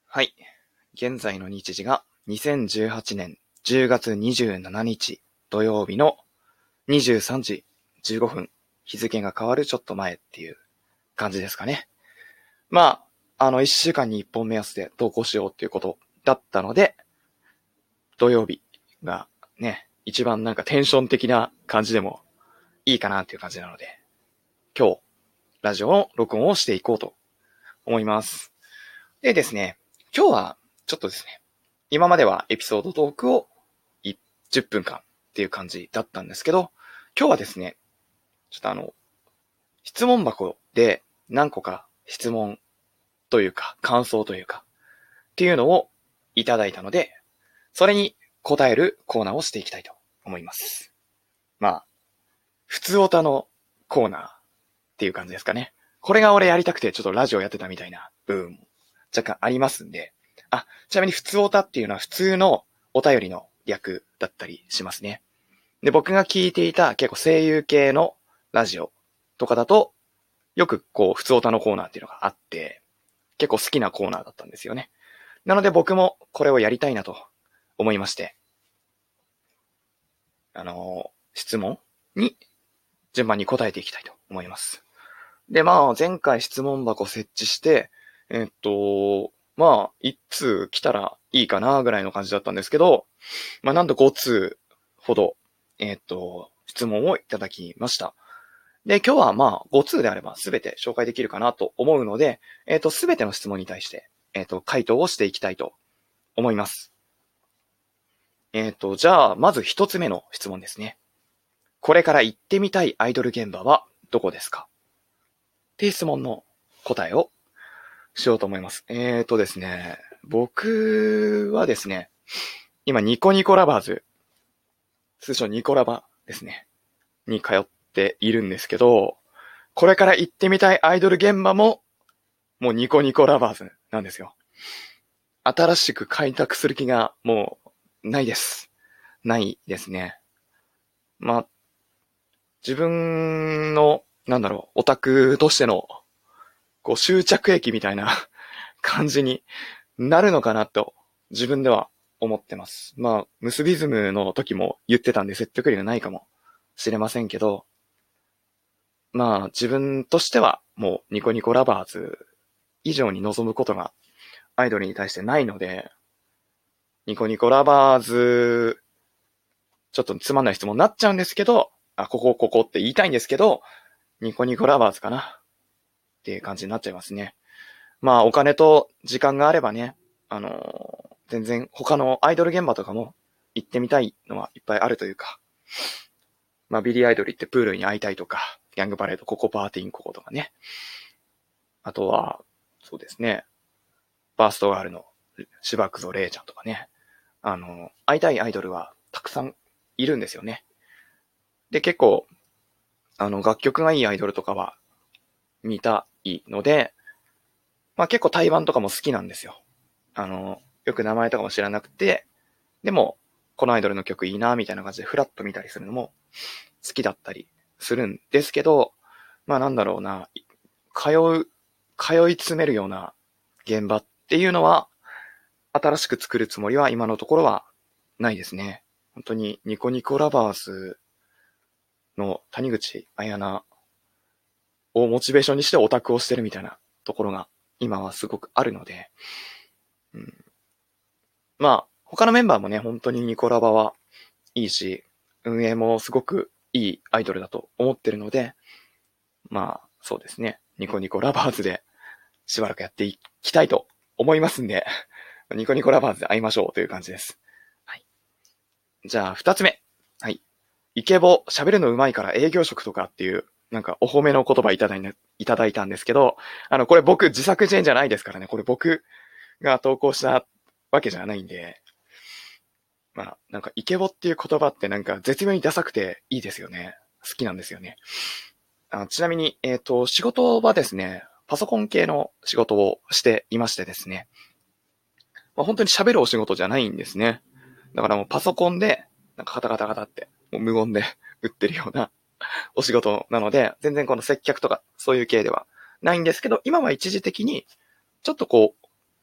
はい。現在の日時が2018年10月27日土曜日の23時15分。日付が変わるちょっと前っていう感じですかね。1週間に1本目安で投稿しようっていうことだったので、土曜日がね、一番なんかテンション的な感じでもいいかなっていう感じなので、今日、ラジオの録音をしていこうと思います。でですね、今日はちょっとですね、今まではエピソードトークを10分間っていう感じだったんですけど、今日はですね、ちょっと質問箱で何個か質問というか感想というかっていうのをいただいたので、それに答えるコーナーをしていきたいと思います。普通オタのコーナーっていう感じですかね。これが俺やりたくてちょっとラジオやってたみたいな部分も若干ありますんで、ちなみに普通オタっていうのは普通のお便りの略だったりしますね。で、僕が聞いていた結構声優系のラジオとかだと、よく普通オタのコーナーっていうのがあって、結構好きなコーナーだったんですよね。なので僕もこれをやりたいなと思いまして、質問に順番に答えていきたいと思います。で、前回質問箱設置して、1通来たらいいかなぐらいの感じだったんですけど、なんと5通ほど、質問をいただきました。で、今日は5通であれば全て紹介できるかなと思うので、全ての質問に対して、回答をしていきたいと思います。じゃあ、まず一つ目の質問ですね。これから行ってみたいアイドル現場はどこですか？っていう質問の答えをしようと思います。ですね、僕はですね、今ニコニコラバーズ、通称ニコラバですね、に通っているんですけど、これから行ってみたいアイドル現場も、もうニコニコラバーズなんですよ。新しく開拓する気がもうないです。ないですね。自分の、オタクとしての、終着駅みたいな感じになるのかなと、自分では思ってます。ムスビズムの時も言ってたんで説得力がないかもしれませんけど、自分としてはもうニコニコラバーズ以上に望むことがアイドルに対してないので、ニコニコラバーズ、ちょっとつまんない質問になっちゃうんですけど、ここって言いたいんですけど、ニコニコラバーズかなっていう感じになっちゃいますね。お金と時間があればね、全然他のアイドル現場とかも行ってみたいのはいっぱいあるというか、ビリーアイドル行ってプールに会いたいとか、ヤングパレード、ココパーティーンココとかね。あとは、そうですね、バーストガールの芝久レイちゃんとかね。会いたいアイドルはたくさんいるんですよね。で、結構、楽曲がいいアイドルとかは見たいので、結構対バンとかも好きなんですよ。よく名前とかも知らなくて、でも、このアイドルの曲いいな、みたいな感じでフラッと見たりするのも好きだったりするんですけど、通い詰めるような現場っていうのは、新しく作るつもりは今のところはないですね。本当にニコニコラバーズの谷口彩菜をモチベーションにしてオタクをしてるみたいなところが今はすごくあるので、他のメンバーもね、本当にニコラバはいいし、運営もすごくいいアイドルだと思ってるので、そうですね、ニコニコラバーズでしばらくやっていきたいと思いますんで、ニコニコラバーズで会いましょうという感じです。はい。じゃあ、二つ目。はい。イケボ、喋るの上手いから営業職とかっていう、お褒めの言葉いただいたんですけど、これ僕自作自演じゃないですからね。これ僕が投稿したわけじゃないんで、イケボっていう言葉って絶妙にダサくていいですよね。好きなんですよね。ちなみに、仕事はですね、パソコン系の仕事をしていましてですね、本当に喋るお仕事じゃないんですね。だからもうパソコンで、カタカタカタって、もう無言で打ってるようなお仕事なので、全然この接客とかそういう系ではないんですけど、今は一時的に、ちょっと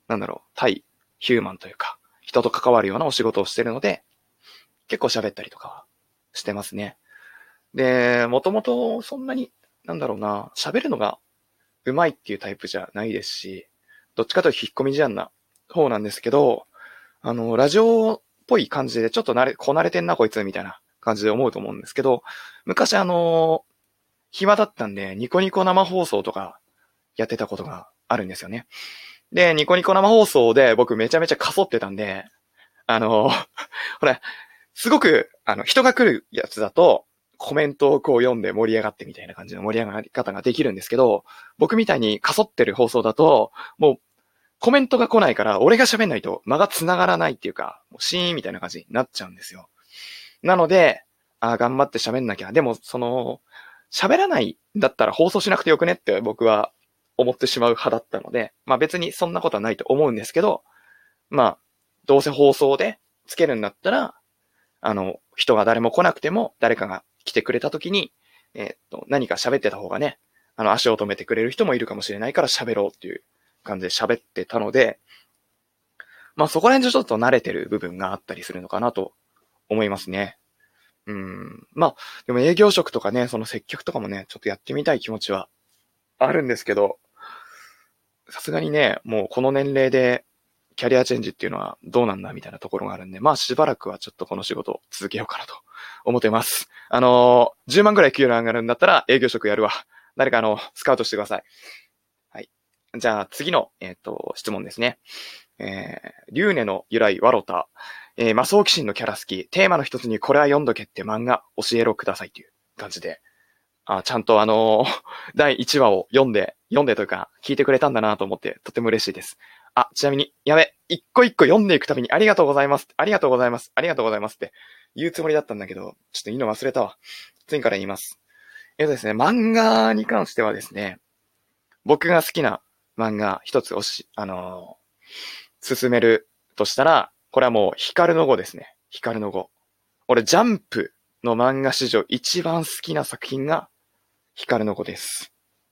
対ヒューマンというか、人と関わるようなお仕事をしてるので、結構喋ったりとかはしてますね。で、もともとそんなに、喋るのが上手いっていうタイプじゃないですし、どっちかというと引っ込み思案な方なんですけど、ラジオっぽい感じでちょっとこなれてんなこいつみたいな感じで思うと思うんですけど、昔暇だったんで、ニコニコ生放送とかやってたことがあるんですよね。で、ニコニコ生放送で僕めちゃめちゃかそってたんで、ほら、すごく、人が来るやつだと、コメントをこう読んで盛り上がってみたいな感じの盛り上がり方ができるんですけど、僕みたいにかそってる放送だと、もうコメントが来ないから、俺が喋んないと間が繋がらないっていうか、もうシーンみたいな感じになっちゃうんですよ。なので、頑張って喋んなきゃ。でも、喋らないんだったら放送しなくてよくねって僕は思ってしまう派だったので、まあ別にそんなことはないと思うんですけど、まあ、どうせ放送でつけるんだったら、人が誰も来なくても、誰かが来てくれた時に、何か喋ってた方がね、足を止めてくれる人もいるかもしれないから喋ろうっていう感じで喋ってたので、まあそこら辺でちょっと慣れてる部分があったりするのかなと思いますね。まあ、でも営業職とかね、その接客とかもね、ちょっとやってみたい気持ちはあるんですけど、さすがにね、もうこの年齢でキャリアチェンジっていうのはどうなんだみたいなところがあるんで、まあしばらくはちょっとこの仕事を続けようかなと思ってます。10万ぐらい給料上がるんだったら営業職やるわ。誰かスカウトしてください。はい。じゃあ次の、質問ですね。リューネの由来、ワロタ。魔装騎士のキャラ好き。テーマの一つにこれは読んどけって漫画教えろくださいっていう感じで。ちゃんと第1話を読んでというか、聞いてくれたんだなと思って、とても嬉しいです。ちなみに、やべ、一個一個読んでいくたびにありがとうございます。ありがとうございます。ありがとうございますって言うつもりだったんだけど、ちょっと言うの忘れたわ。次から言います。ですね、漫画に関してはですね、僕が好きな漫画一つ進めるとしたら、これはもう、ヒカルの碁ですね。ヒカルの碁。俺、ジャンプの漫画史上一番好きな作品が、ヒカルの碁です。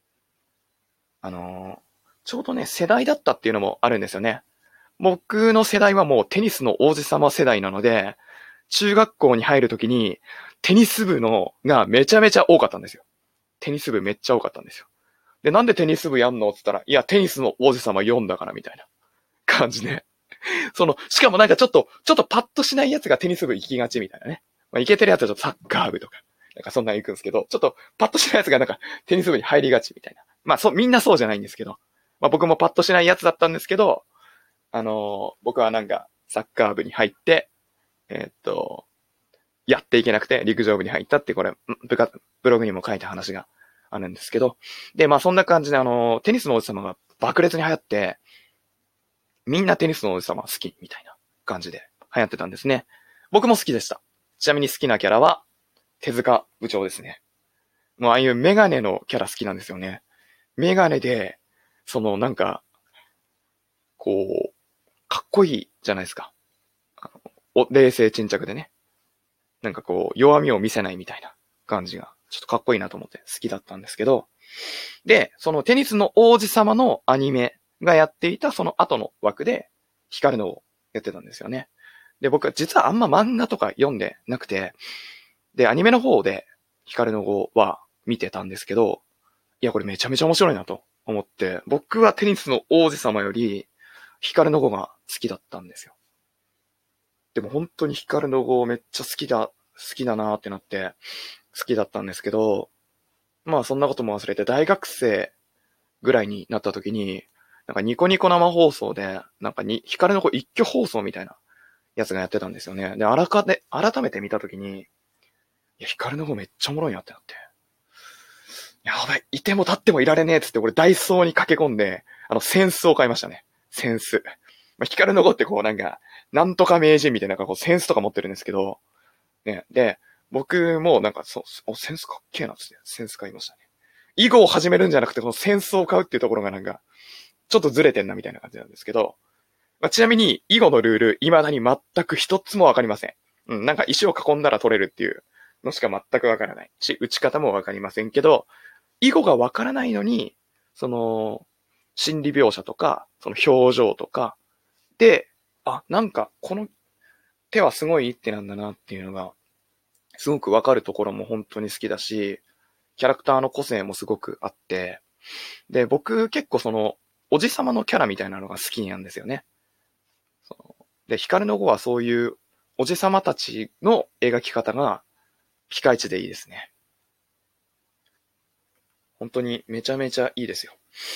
ちょうどね、世代だったっていうのもあるんですよね。僕の世代はもうテニスの王子様世代なので、中学校に入るときに、テニス部がめちゃめちゃ多かったんですよ。テニス部めっちゃ多かったんですよ。で、なんでテニス部やんのって言ったら、いや、テニスの王子様読んだからみたいな感じで。しかもなんかちょっとパッとしないやつがテニス部行きがちみたいなね。まあ、行けてるやつはちょっとサッカー部とか、なんかそんなん行くんですけど、ちょっとパッとしないやつがなんかテニス部に入りがちみたいな。まあみんなそうじゃないんですけど、まあ僕もパッとしないやつだったんですけど、僕はなんかサッカー部に入って、やっていけなくて陸上部に入ったってこれ、ブログにも書いた話があるんですけど、で、まあそんな感じでテニスの王子様が爆裂に流行って、みんなテニスの王子様好きみたいな感じで流行ってたんですね。僕も好きでした。ちなみに好きなキャラは、手塚部長ですね。もうああいうメガネのキャラ好きなんですよね。メガネで、なんか、こう、かっこいいじゃないですか。冷静沈着でね。なんかこう、弱みを見せないみたいな感じが、ちょっとかっこいいなと思って好きだったんですけど、で、そのテニスの王子様のアニメがやっていたその後の枠で、ヒカルのをやってたんですよね。で、僕は実はあんま漫画とか読んでなくて、で、アニメの方でヒカルの碁は見てたんですけど、いや、これめちゃめちゃ面白いなと思って、僕はテニスの王子様よりヒカルの碁が好きだったんですよ。でも本当にヒカルの碁めっちゃ好きだなーってなって、好きだったんですけど、まあそんなことも忘れて大学生ぐらいになった時に、なんかニコニコ生放送で、なんかヒカルの碁一挙放送みたいなやつがやってたんですよね。で、改めて見た時に、いや、ヒカルの碁めっちゃおもろいなってなって。やばい、いても立ってもいられねえっつって俺ダイソーに駆け込んで、センスを買いましたね。センス。まあ、ヒカルの碁ってこうなんか、なんとか名人みたいなこうセンスとか持ってるんですけど、ね、で、僕もなんかセンスかっけえなっつってセンス買いましたね。囲碁を始めるんじゃなくてこのセンスを買うっていうところがなんか、ちょっとずれてんなみたいな感じなんですけど、まあ、ちなみに囲碁のルール、未だに全く一つもわかりません。なんか石を囲んだら取れるっていうのしか全くわからないし、打ち方もわかりませんけど、囲碁がわからないのに、 心理描写とか、その表情とか、で、なんかこの手はすごいいい手なんだなっていうのが、すごくわかるところも本当に好きだし、キャラクターの個性もすごくあって、で、僕結構その、おじさまのキャラみたいなのが好きなんですよね。で、ヒカルの碁はそういうおじさまたちの描き方がピカイチでいいですね。本当にめちゃめちゃいいですよ。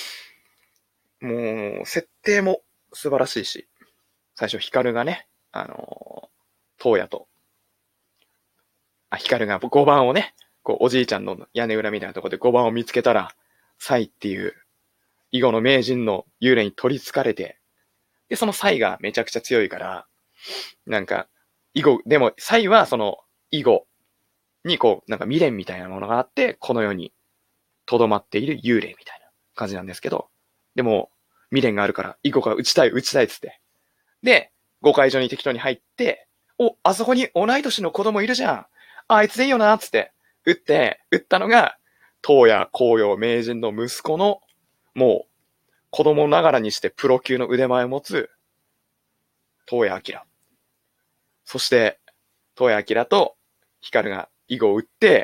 もう、設定も素晴らしいし、最初ヒカルがね、トウヤと、ヒカルが5番をね、こう、おじいちゃんの屋根裏みたいなところで5番を見つけたら、サイっていう、囲碁の名人の幽霊に取り憑かれて、で、そのサイがめちゃくちゃ強いから、なんか、囲碁、でも、サイはその、囲碁にこう、なんか未練みたいなものがあって、この世に留まっている幽霊みたいな感じなんですけど、でも、未練があるから、囲碁が打ちたいっつって。で、誤解所に適当に入って、あそこに同い年の子供いるじゃん。あいつでいいよな、つって、打ったのが、東野光陽名人の息子の、もう、子供ながらにしてプロ級の腕前を持つ、東野明。そして、東野明と光が囲碁を打って、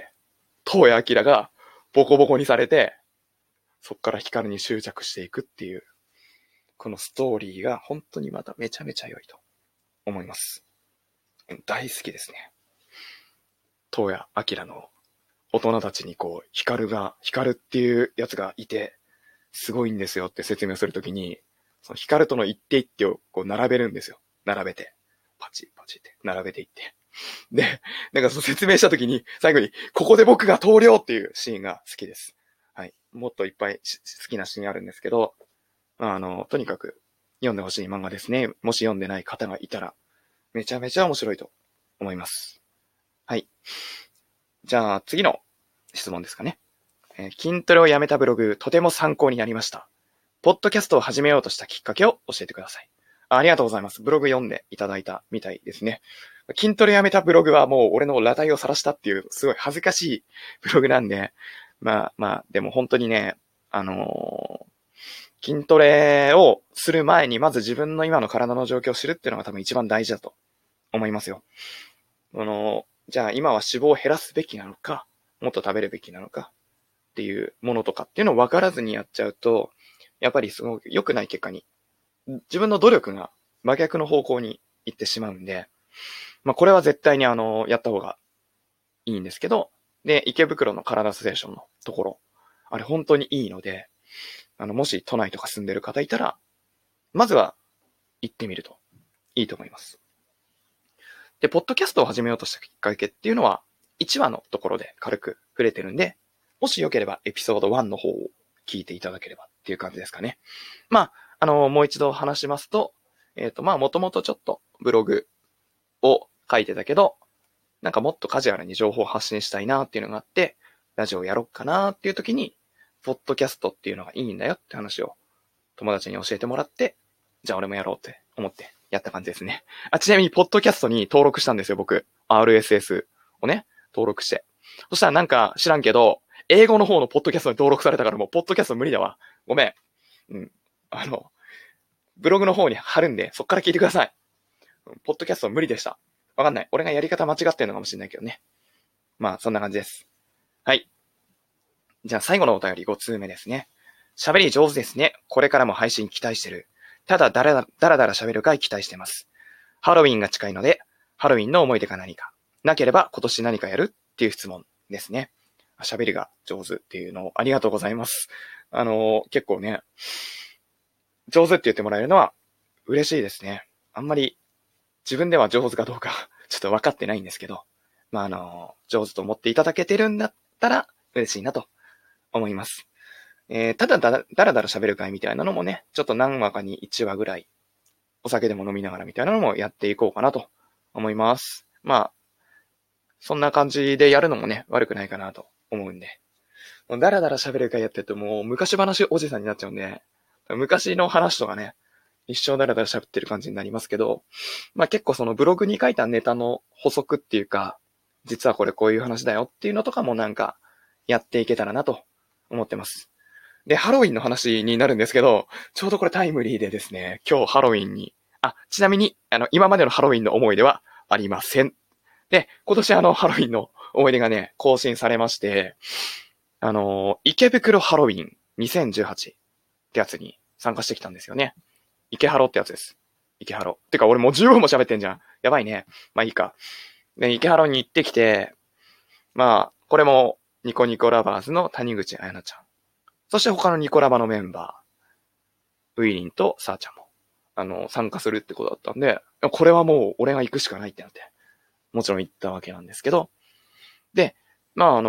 東野明がボコボコにされて、そっから光に執着していくっていう、このストーリーが本当にまためちゃめちゃ良いと思います。大好きですね。東野明の大人たちにこう、光っていうやつがいて、すごいんですよって説明するときに、その光との一手一手をこう並べるんですよ。並べて。パチパチって並べていって。で、なんかその説明したときに、最後に、ここで僕が投了っていうシーンが好きです。はい。もっといっぱい好きなシーンあるんですけど、とにかく読んでほしい漫画ですね。もし読んでない方がいたら、めちゃめちゃ面白いと思います。はい。じゃあ次の質問ですかね。筋トレをやめたブログ、とても参考になりました。ポッドキャストを始めようとしたきっかけを教えてください。ありがとうございます。ブログ読んでいただいたみたいですね。筋トレやめたブログはもう俺の裸体を晒したっていう、すごい恥ずかしいブログなんで、でも本当にね、筋トレをする前にまず自分の今の体の状況を知るっていうのが多分一番大事だと思いますよ。じゃあ今は脂肪を減らすべきなのか、もっと食べるべきなのかっていうものとかっていうのを分からずにやっちゃうと、やっぱりすごく良くない結果に、自分の努力が真逆の方向に行ってしまうんで、これは絶対にやった方がいいんですけど、で、池袋の体ステーションのところ、あれ本当にいいので、もし都内とか住んでる方いたら、まずは行ってみるといいと思います。で、ポッドキャストを始めようとしたきっかけっていうのは、1話のところで軽く触れてるんで、もしよければエピソード1の方を聞いていただければっていう感じですかね。もう一度話しますと、もともとちょっとブログを書いてたけど、なんかもっとカジュアルに情報を発信したいなっていうのがあって、ラジオやろっかなっていう時に、ポッドキャストっていうのがいいんだよって話を友達に教えてもらって、じゃあ俺もやろうって思ってやった感じですね。ちなみにポッドキャストに登録したんですよ、僕。RSS をね、登録して。そしたらなんか知らんけど、英語の方のポッドキャストに登録されたからもうポッドキャスト無理だわ。ごめん。ブログの方に貼るんで、そっから聞いてください。ポッドキャスト無理でした。わかんない。俺がやり方間違ってるのかもしれないけどね。そんな感じです。はい。じゃあ最後のお便り5通目ですね。喋り上手ですね。これからも配信期待してる。ただだらだら喋るか期待してます。ハロウィンが近いので、ハロウィンの思い出か何か。なければ今年何かやるっていう質問ですね。喋りが上手っていうのをありがとうございます。結構ね、上手って言ってもらえるのは嬉しいですね。あんまり自分では上手かどうかちょっと分かってないんですけど、上手と思っていただけてるんだったら嬉しいなと思います。ただだらだら喋る会みたいなのもね、ちょっと何話かに1話ぐらい、お酒でも飲みながらみたいなのもやっていこうかなと思います。そんな感じでやるのもね、悪くないかなと思うんで。だらだら喋る会やってるともう昔話おじさんになっちゃうんで、昔の話とかね、一生だらだら喋ってる感じになりますけど、結構そのブログに書いたネタの補足っていうか、実はこれこういう話だよっていうのとかもなんかやっていけたらなと思ってます。 で、ハロウィンの話になるんですけど、ちょうどこれタイムリーでですね、今日ハロウィンに、ちなみに、今までのハロウィンの思い出はありません。で、今年ハロウィンの思い出がね、更新されまして、池袋ハロウィン2018ってやつに参加してきたんですよね。池ハロってやつです。池ハロ。てか俺もう15分も喋ってんじゃん。やばいね。まあいいか。で、池ハロに行ってきて、まあ、これもニコニコラバーズの谷口彩奈ちゃん。そして他のニコラバのメンバー、ウイリンとサーちゃんも、参加するってことだったんで、これはもう俺が行くしかないってなって、もちろん行ったわけなんですけど、で、まあ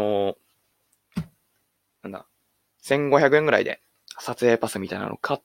なんだ、1500円ぐらいで撮影パスみたいなのを買って、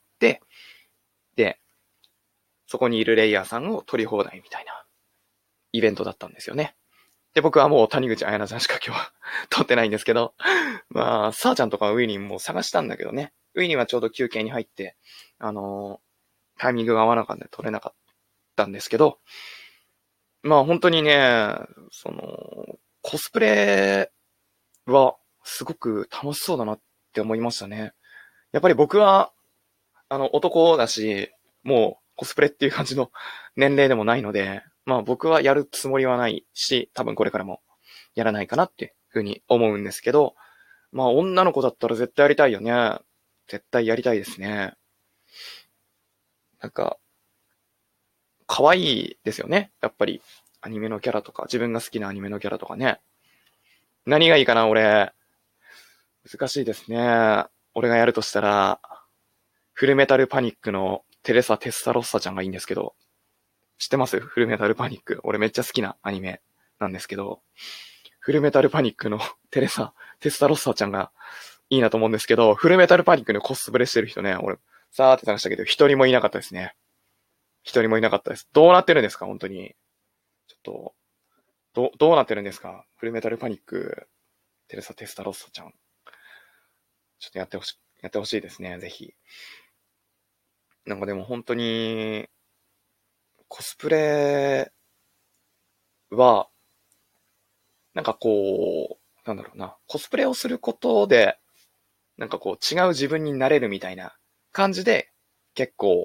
で、そこにいるレイヤーさんを撮り放題みたいなイベントだったんですよね。で、僕はもう谷口彩奈ちゃんしか今日は撮ってないんですけど、まあ、サーちゃんとかウィリンも探したんだけどね。ウィリンはちょうど休憩に入って、タイミングが合わなかったんで撮れなかったんですけど、まあ本当にね、コスプレはすごく楽しそうだなって思いましたね。やっぱり僕は、男だし、もうコスプレっていう感じの年齢でもないので、まあ僕はやるつもりはないし、多分これからもやらないかなっていうふうに思うんですけど、まあ女の子だったら絶対やりたいよね。絶対やりたいですね。なんか、可愛いですよね。やっぱり、アニメのキャラとか、自分が好きなアニメのキャラとかね。何がいいかな、俺。難しいですね。俺がやるとしたら、フルメタルパニックのテレサ・テスタロッサちゃんがいいんですけど、知ってます？フルメタルパニック。俺めっちゃ好きなアニメなんですけど、フルメタルパニックのテレサ・テスタロッサちゃんがいいなと思うんですけど、フルメタルパニックのコスプレしてる人ね、俺、さーって探したけど、一人もいなかったですね。一人もいなかったです。どうなってるんですか、本当に。ちょっと、どうなってるんですか、フルメタルパニック、テレサ・テスタロッサちゃん。ちょっとやってほしいですね、ぜひ。なんかでも本当に、コスプレは、なんかこう、なんだろうな、コスプレをすることで、なんかこう違う自分になれるみたいな感じで、結構、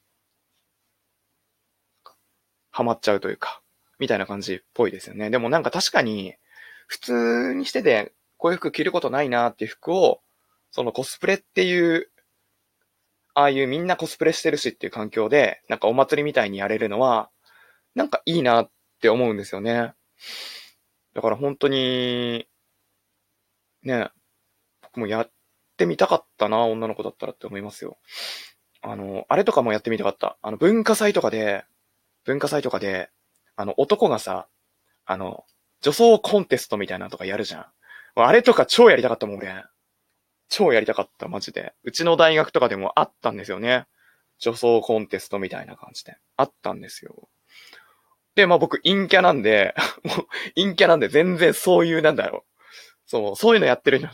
ハマっちゃうというか、みたいな感じっぽいですよね。でもなんか確かに、普通にしてて、こういう服着ることないなっていう服を、そのコスプレっていう、ああいうみんなコスプレしてるしっていう環境で、なんかお祭りみたいにやれるのは、なんかいいなって思うんですよね。だから本当に、ね、僕もやってみたかったな、女の子だったらって思いますよ。あれとかもやってみたかった。文化祭とかで、男がさ、女装コンテストみたいなのとかやるじゃん。あれとか超やりたかったもん、俺。超やりたかった、マジで。うちの大学とかでもあったんですよね。女装コンテストみたいな感じで。あったんですよ。で、まあ僕、陰キャなんで、もう、陰キャなんで全然そういう、なんだろう。そういうのやってる人って、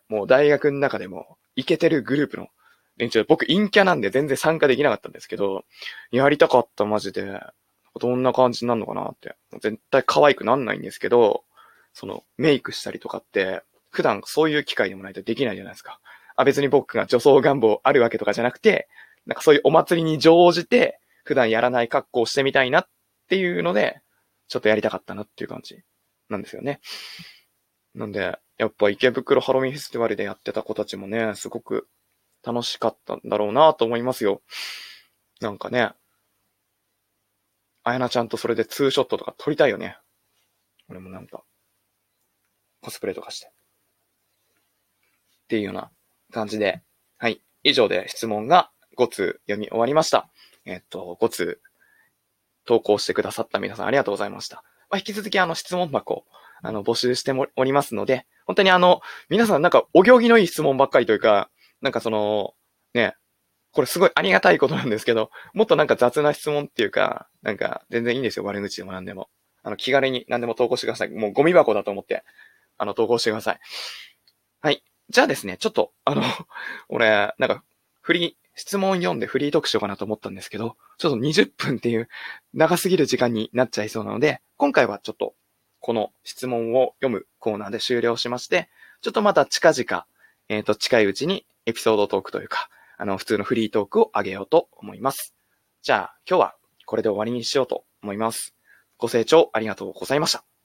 もう大学の中でも、イケてるグループの連中、僕陰キャなんで全然参加できなかったんですけど、やりたかった、マジで。どんな感じになるのかなって。絶対可愛くなんないんですけど、メイクしたりとかって、普段そういう機会でもないとできないじゃないですか。別に僕が女装願望あるわけとかじゃなくて、なんかそういうお祭りに乗じて、普段やらない格好をしてみたいなっていうので、ちょっとやりたかったなっていう感じなんですよね。なんで、やっぱ池袋ハロウィンフェスティバルでやってた子たちもね、すごく楽しかったんだろうなと思いますよ。なんかね、あやなちゃんとそれでツーショットとか撮りたいよね。俺もなんか、コスプレとかして。っていうような感じで、はい。以上で質問が5通読み終わりました。5通投稿してくださった皆さんありがとうございました。引き続き質問箱、募集しておりますので、本当に皆さんなんかお行儀のいい質問ばっかりというか、なんかね、これすごいありがたいことなんですけど、もっとなんか雑な質問っていうか、なんか全然いいんですよ、悪口でも何でも。気軽に何でも投稿してください。もうゴミ箱だと思って、投稿してください。はい。じゃあですね、ちょっと、俺、なんか、質問読んでフリートークしようかなと思ったんですけど、ちょっと20分っていう長すぎる時間になっちゃいそうなので、今回はちょっと、この質問を読むコーナーで終了しまして、ちょっとまた近々、近いうちに、 エピソードトークというか、普通のフリートークを上げようと思います。じゃあ、今日はこれで終わりにしようと思います。ご清聴ありがとうございました。